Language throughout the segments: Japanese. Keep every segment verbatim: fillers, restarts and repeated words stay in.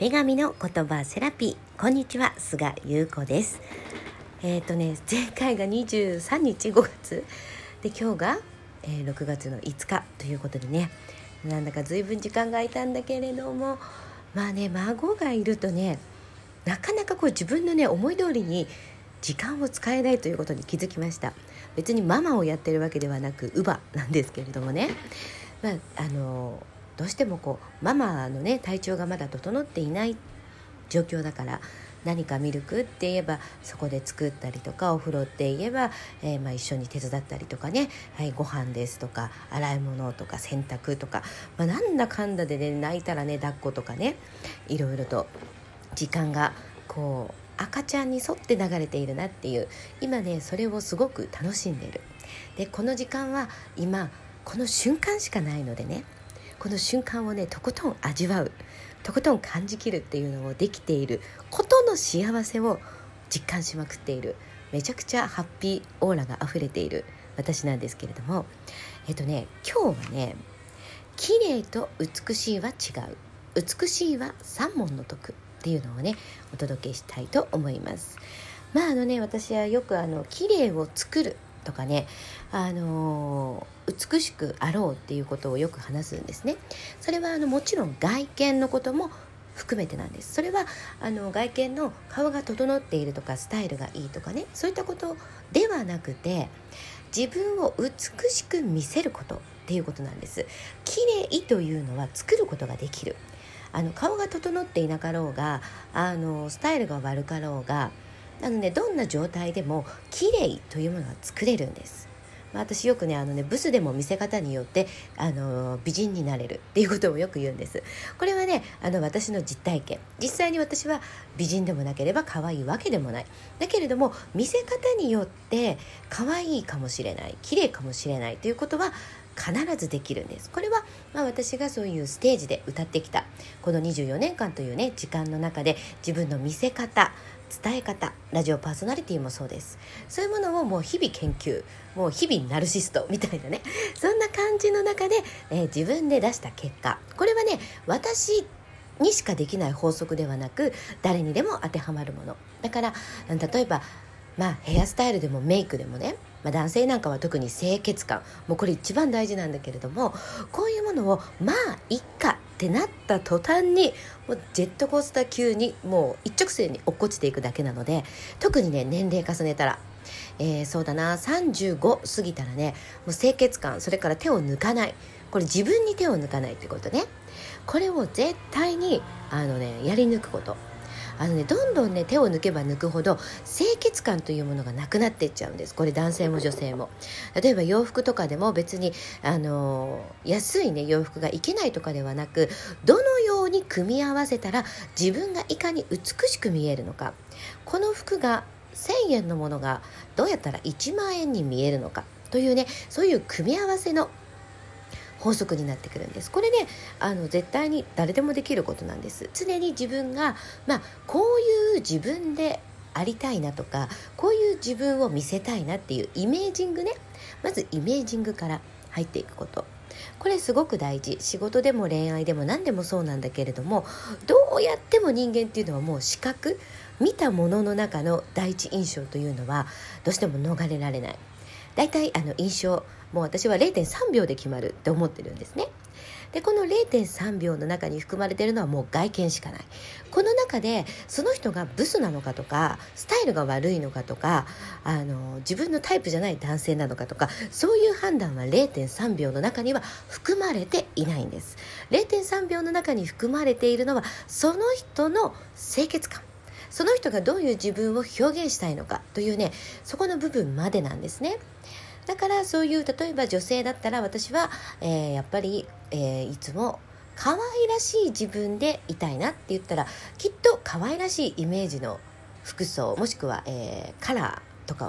女神の言葉セラピー。こんにちは、菅優子です。えっ、ー、とね前回がにじゅうさんにちごがつで、今日が、えー、ろくがつのいつかということでね、なんだか随分時間が空いたんだけれども、まあね孫がいるとね、なかなかこう自分のね思い通りに時間を使えないということに気づきました。別にママをやってるわけではなく乳母なんですけれどもね、まああのどうしてもこうママのね体調がまだ整っていない状況だから、何かミルクって言えばそこで作ったりとか、お風呂って言えば、えーまあ、一緒に手伝ったりとかね、はい、ご飯ですとか洗い物とか洗濯とか、まあ、なんだかんだでね泣いたらね抱っことかね、いろいろと時間がこう赤ちゃんに沿って流れているなっていう、今ねそれをすごく楽しんでいる。でこの時間は今この瞬間しかないのでね、この瞬間をねとことん味わう、とことん感じきるっていうのをできていることの幸せを実感しまくっている、めちゃくちゃハッピーオーラが溢れている私なんですけれども、えっとね今日はね、綺麗と美しいは違う、美しいは三問の徳っていうのをねお届けしたいと思います。まああのね私はよくあの綺麗を作るとかね、あのー、美しくあろうっていうことをよく話すんですね。それはあのもちろん外見のことも含めてなんです。それはあの外見の顔が整っているとかスタイルがいいとかね、そういったことではなくて、自分を美しく見せることっていうことなんです。綺麗というのは作ることができる。あの顔が整っていなかろうが、あのスタイルが悪かろうが、なのでどんな状態でも綺麗というものが作れるんです。まあ、私よくねあのねブスでも見せ方によってあの美人になれるっていうことをよく言うんです。これはねあの私の実体験、実際に私は美人でもなければ可愛いわけでもない。だけれども見せ方によって可愛いかもしれない、綺麗かもしれないということは必ずできるんです。これは、まあ、私がそういうステージで歌ってきたこのにじゅうよねんかんというね時間の中で、自分の見せ方、伝え方、ラジオパーソナリティもそうです。そういうものをもう日々研究、もう日々ナルシストみたいなね、そんな感じの中で、えー、自分で出した結果、これはね私にしかできない法則ではなく、誰にでも当てはまるものだから、例えばまあヘアスタイルでもメイクでもね、まあ、男性なんかは特に清潔感、もうこれ一番大事なんだけれども、こういうものをまあいっかってなった途端にもうジェットコースター級にもう一直線に落っこちていくだけなので、特にね年齢重ねたら、えー、そうだなさんじゅうご過ぎたらね、もう清潔感、それから手を抜かない、これ自分に手を抜かないってことね、これを絶対にあのねやり抜くこと。あのね、どんどんね手を抜けば抜くほど清潔感というものがなくなっていっちゃうんです。これ男性も女性も。例えば洋服とかでも別にあの安いね洋服がいけないとかではなく、どのように組み合わせたら自分がいかに美しく見えるのか、この服がせんえんのものがどうやったらいちまんえんに見えるのかというね、そういう組み合わせの法則になってくるんです。これねあの絶対に誰でもできることなんです。常に自分が、まあ、こういう自分でありたいなとか、こういう自分を見せたいなっていうイメージングね、まずイメージングから入っていくこと、これすごく大事。仕事でも恋愛でも何でもそうなんだけれども、どうやっても人間っていうのはもう視覚、見たものの中の第一印象というのはどうしても逃れられない。だいたいあの印象、もう私は れいてんさんびょうで決まるって思ってるんですね。でこの れいてんさんびょうの中に含まれているのはもう外見しかない。この中でその人がブスなのかとか、スタイルが悪いのかとか、あの自分のタイプじゃない男性なのかとか、そういう判断は れいてんさんびょうの中には含まれていないんです。 れいてんさんびょうの中に含まれているのはその人の清潔感、その人がどういう自分を表現したいのかというね、そこの部分までなんですね。だからそういう、例えば女性だったら私は、えー、やっぱり、えー、いつも可愛らしい自分でいたいなって言ったら、きっと可愛らしいイメージの服装、もしくは、えー、カラーとかをね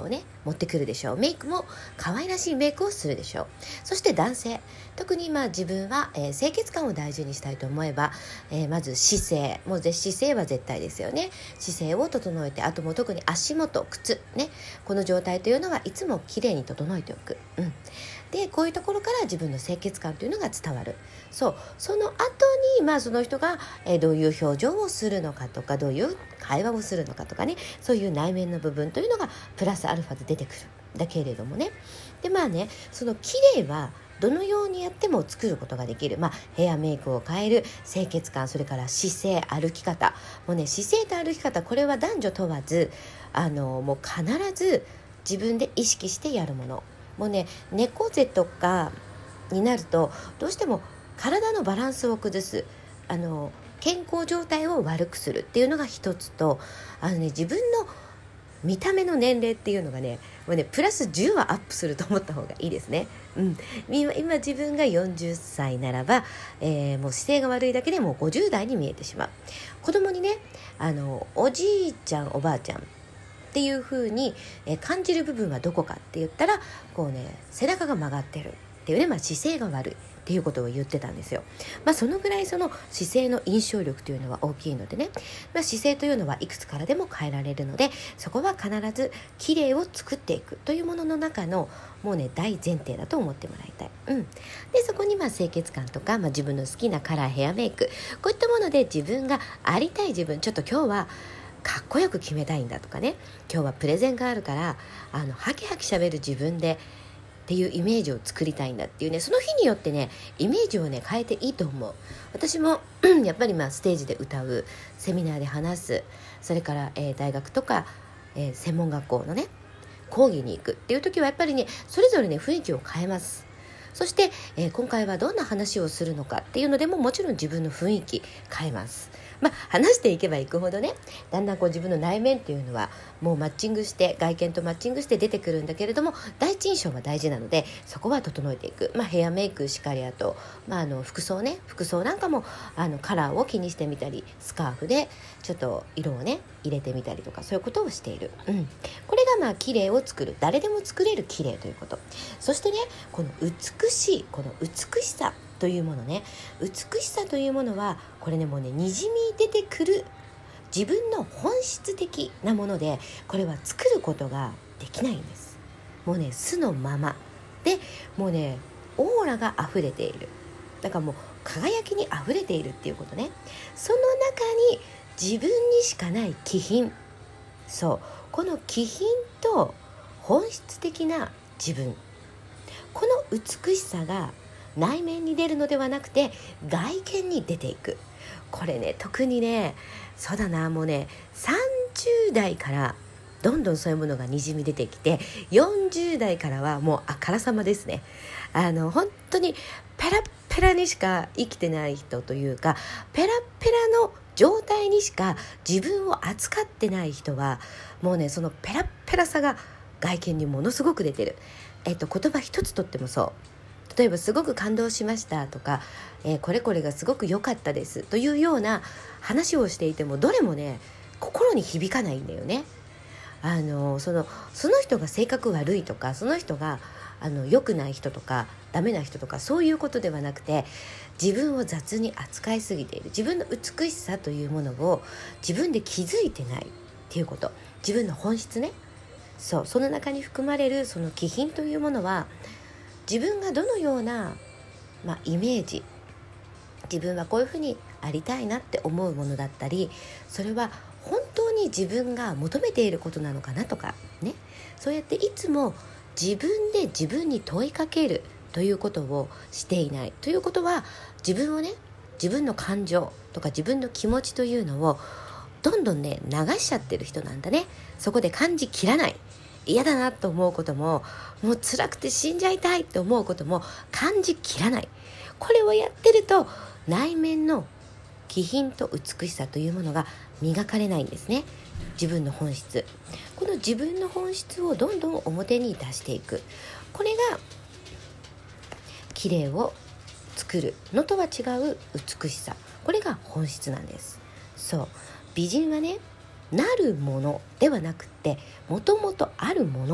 持ってくるでしょう。メイクも可愛らしいメイクをするでしょう。そして男性、特にまあ自分は、えー、清潔感を大事にしたいと思えば、えー、まず姿勢、もう姿勢は絶対ですよね。姿勢を整えて、あともう特に足元、靴ね、この状態というのはいつもきれいに整えておく、うん、でこういうところから自分の清潔感というのが伝わる。そうその後に、まあ、その人が、えー、どういう表情をするのかとか、どういう会話をするのかとかね、そういう内面の部分というのがプラスアルファで出てくる。だけれどもね、でまあね、その綺麗はどのようにやっても作ることができる、まあ、ヘアメイクを変える、清潔感、それから姿勢、歩き方、もうね、姿勢と歩き方、これは男女問わず、あのもう必ず自分で意識してやるもの。もうね、猫背とかになるとどうしても体のバランスを崩す、あの健康状態を悪くするっていうのが一つと、あの、ね、自分の見た目の年齢っていうのがね、もうねプラスじゅうはアップすると思った方がいいですね、うん、今, 今自分がよんじゅっさいならば、えー、もう姿勢が悪いだけでもうごじゅう代に見えてしまう。子供にね、あのおじいちゃんおばあちゃんっていう風に、えー、感じる部分はどこかって言ったら、こうね、背中が曲がってるっていうね、まあ、姿勢が悪いっていうことを言ってたんですよ。まあ、そのぐらいその姿勢の印象力というのは大きいのでね、まあ、姿勢というのはいくつからでも変えられるので、そこは必ず綺麗を作っていくというものの中のもうね大前提だと思ってもらいたい、うん、でそこにまあ清潔感とか、まあ、自分の好きなカラー、ヘアメイク、こういったもので自分がありたい自分、ちょっと今日はかっこよく決めたいんだとかね、今日はプレゼンがあるからあのハキハキしゃべる自分でっていうイメージを作りたいんだっていうね、その日によってねイメージをね変えていいと思う。私もやっぱりまあステージで歌う、セミナーで話す、それから、えー、大学とか、えー、専門学校のね講義に行くっていう時はやっぱりねそれぞれね雰囲気を変えます。そして、えー、今回はどんな話をするのかっていうのでももちろん自分の雰囲気変えます。まあ、話していけばいくほどね、だんだんこう自分の内面っていうのはもうマッチングして、外見とマッチングして出てくるんだけれども、第一印象は大事なのでそこは整えていく、まあ、ヘアメイクしかり、あと、まあ、あの服装ね、服装なんかもあのカラーを気にしてみたり、スカーフでちょっと色をね入れてみたりとか、そういうことをしている、うん、これがまあ綺麗を作る、誰でも作れる綺麗ということ。そしてね、この美しい、この美しさというものね、美しさというものはこれねもうねにじみ出てくる自分の本質的なもので、これは作ることができないんです。もうね素のままで、もうねオーラが溢れている、だからもう輝きに溢れているっていうことね。その中に自分にしかない気品、そうこの気品と本質的な自分、この美しさが内面に出るのではなくて外見に出ていく。これね特にね、そうだな、もうねさんじゅう代からどんどんそういうものがにじみ出てきて、よんじゅう代からはもうあからさまですね。あの本当にペラッペラにしか生きてない人というか、ペラッペラの状態にしか自分を扱ってない人はもうねそのペラッペラさが外見にものすごく出てる。えっと言葉一つとってもそう、例えばすごく感動しましたとか、えー、これこれがすごく良かったですというような話をしていても、どれもね心に響かないんだよね。あのそのその人が性格悪いとか、その人があの良くない人とかダメな人とか、そういうことではなくて、自分を雑に扱いすぎている、自分の美しさというものを自分で気づいてないっていうこと、自分の本質ね。そうその中に含まれるその気品というものは、自分がどのような、まあ、イメージ、自分はこういうふうにありたいなって思うものだったり、それは本当に自分が求めていることなのかなとかね、そうやっていつも自分で自分に問いかけるということをしていないということは、自分をね、自分の感情とか自分の気持ちというのをどんどんね流しちゃってる人なんだね。そこで感じきらない、嫌だなと思うことも、もう辛くて死んじゃいたいって思うことも感じきらない。これをやってると内面の気品と美しさというものが磨かれないんですね。自分の本質、この自分の本質をどんどん表に出していく、これが綺麗を作るのとは違う美しさ、これが本質なんです。そう美人はね、なるものではなくて、もともとあるもの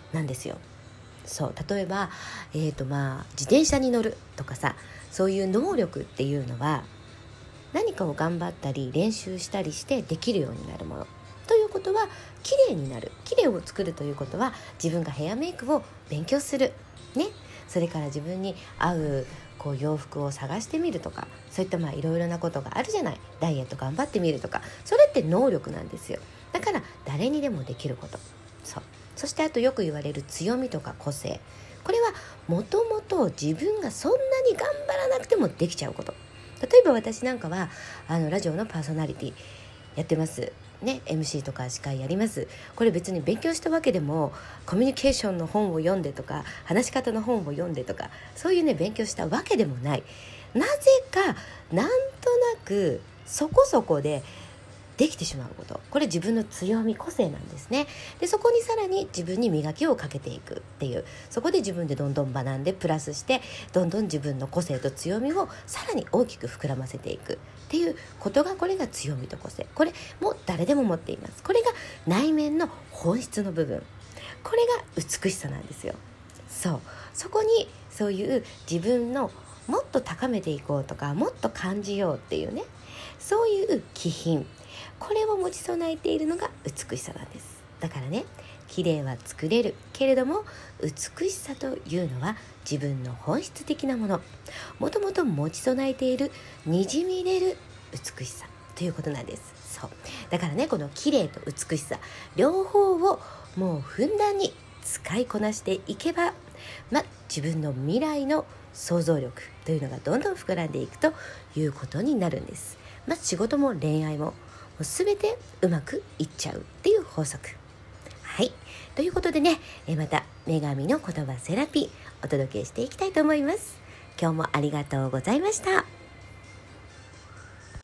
なんですよ。そう例えば、えーとまあ、自転車に乗るとかさ、そういう能力っていうのは何かを頑張ったり練習したりしてできるようになるものということは、綺麗になる、綺麗を作るということは、自分がヘアメイクを勉強する、ね、それから自分に合うこう洋服を探してみるとか、そういったまあいろいろなことがあるじゃない。ダイエット頑張ってみるとか、それって能力なんですよ。だから誰にでもできること。そうそしてあとよく言われる強みとか個性、これはもともと自分がそんなに頑張らなくてもできちゃうこと。例えば私なんかはあのラジオのパーソナリティやってますね、エムシー とか司会やります。これ別に勉強したわけでも、コミュニケーションの本を読んでとか、話し方の本を読んでとか、そういうね勉強したわけでもない。なぜかなんとなくそこそこでできてしまうこと、これ自分の強み、個性なんですね。でそこにさらに自分に磨きをかけていくっていう、そこで自分でどんどん学んでプラスして、どんどん自分の個性と強みをさらに大きく膨らませていくっていうことが、これが強みと個性。これも誰でも持っています。これが内面の本質の部分、これが美しさなんですよ。そうそこにそういう自分のもっと高めていこうとか、もっと感じようっていうね、そういう気品、これを持ち備えているのが美しさなんです。だからね、綺麗は作れるけれども、美しさというのは自分の本質的なもの、もともと持ち備えているにじみ出る美しさということなんです。そうだからね、この綺麗と美しさ両方をもうふんだんに使いこなしていけば、まあ、自分の未来の想像力というのがどんどん膨らんでいくということになるんです。まあ、仕事も恋愛ももう全てうまくいっちゃうっていう法則。はいということでね、えまた女神の言葉セラピーお届けしていきたいと思います。今日もありがとうございました。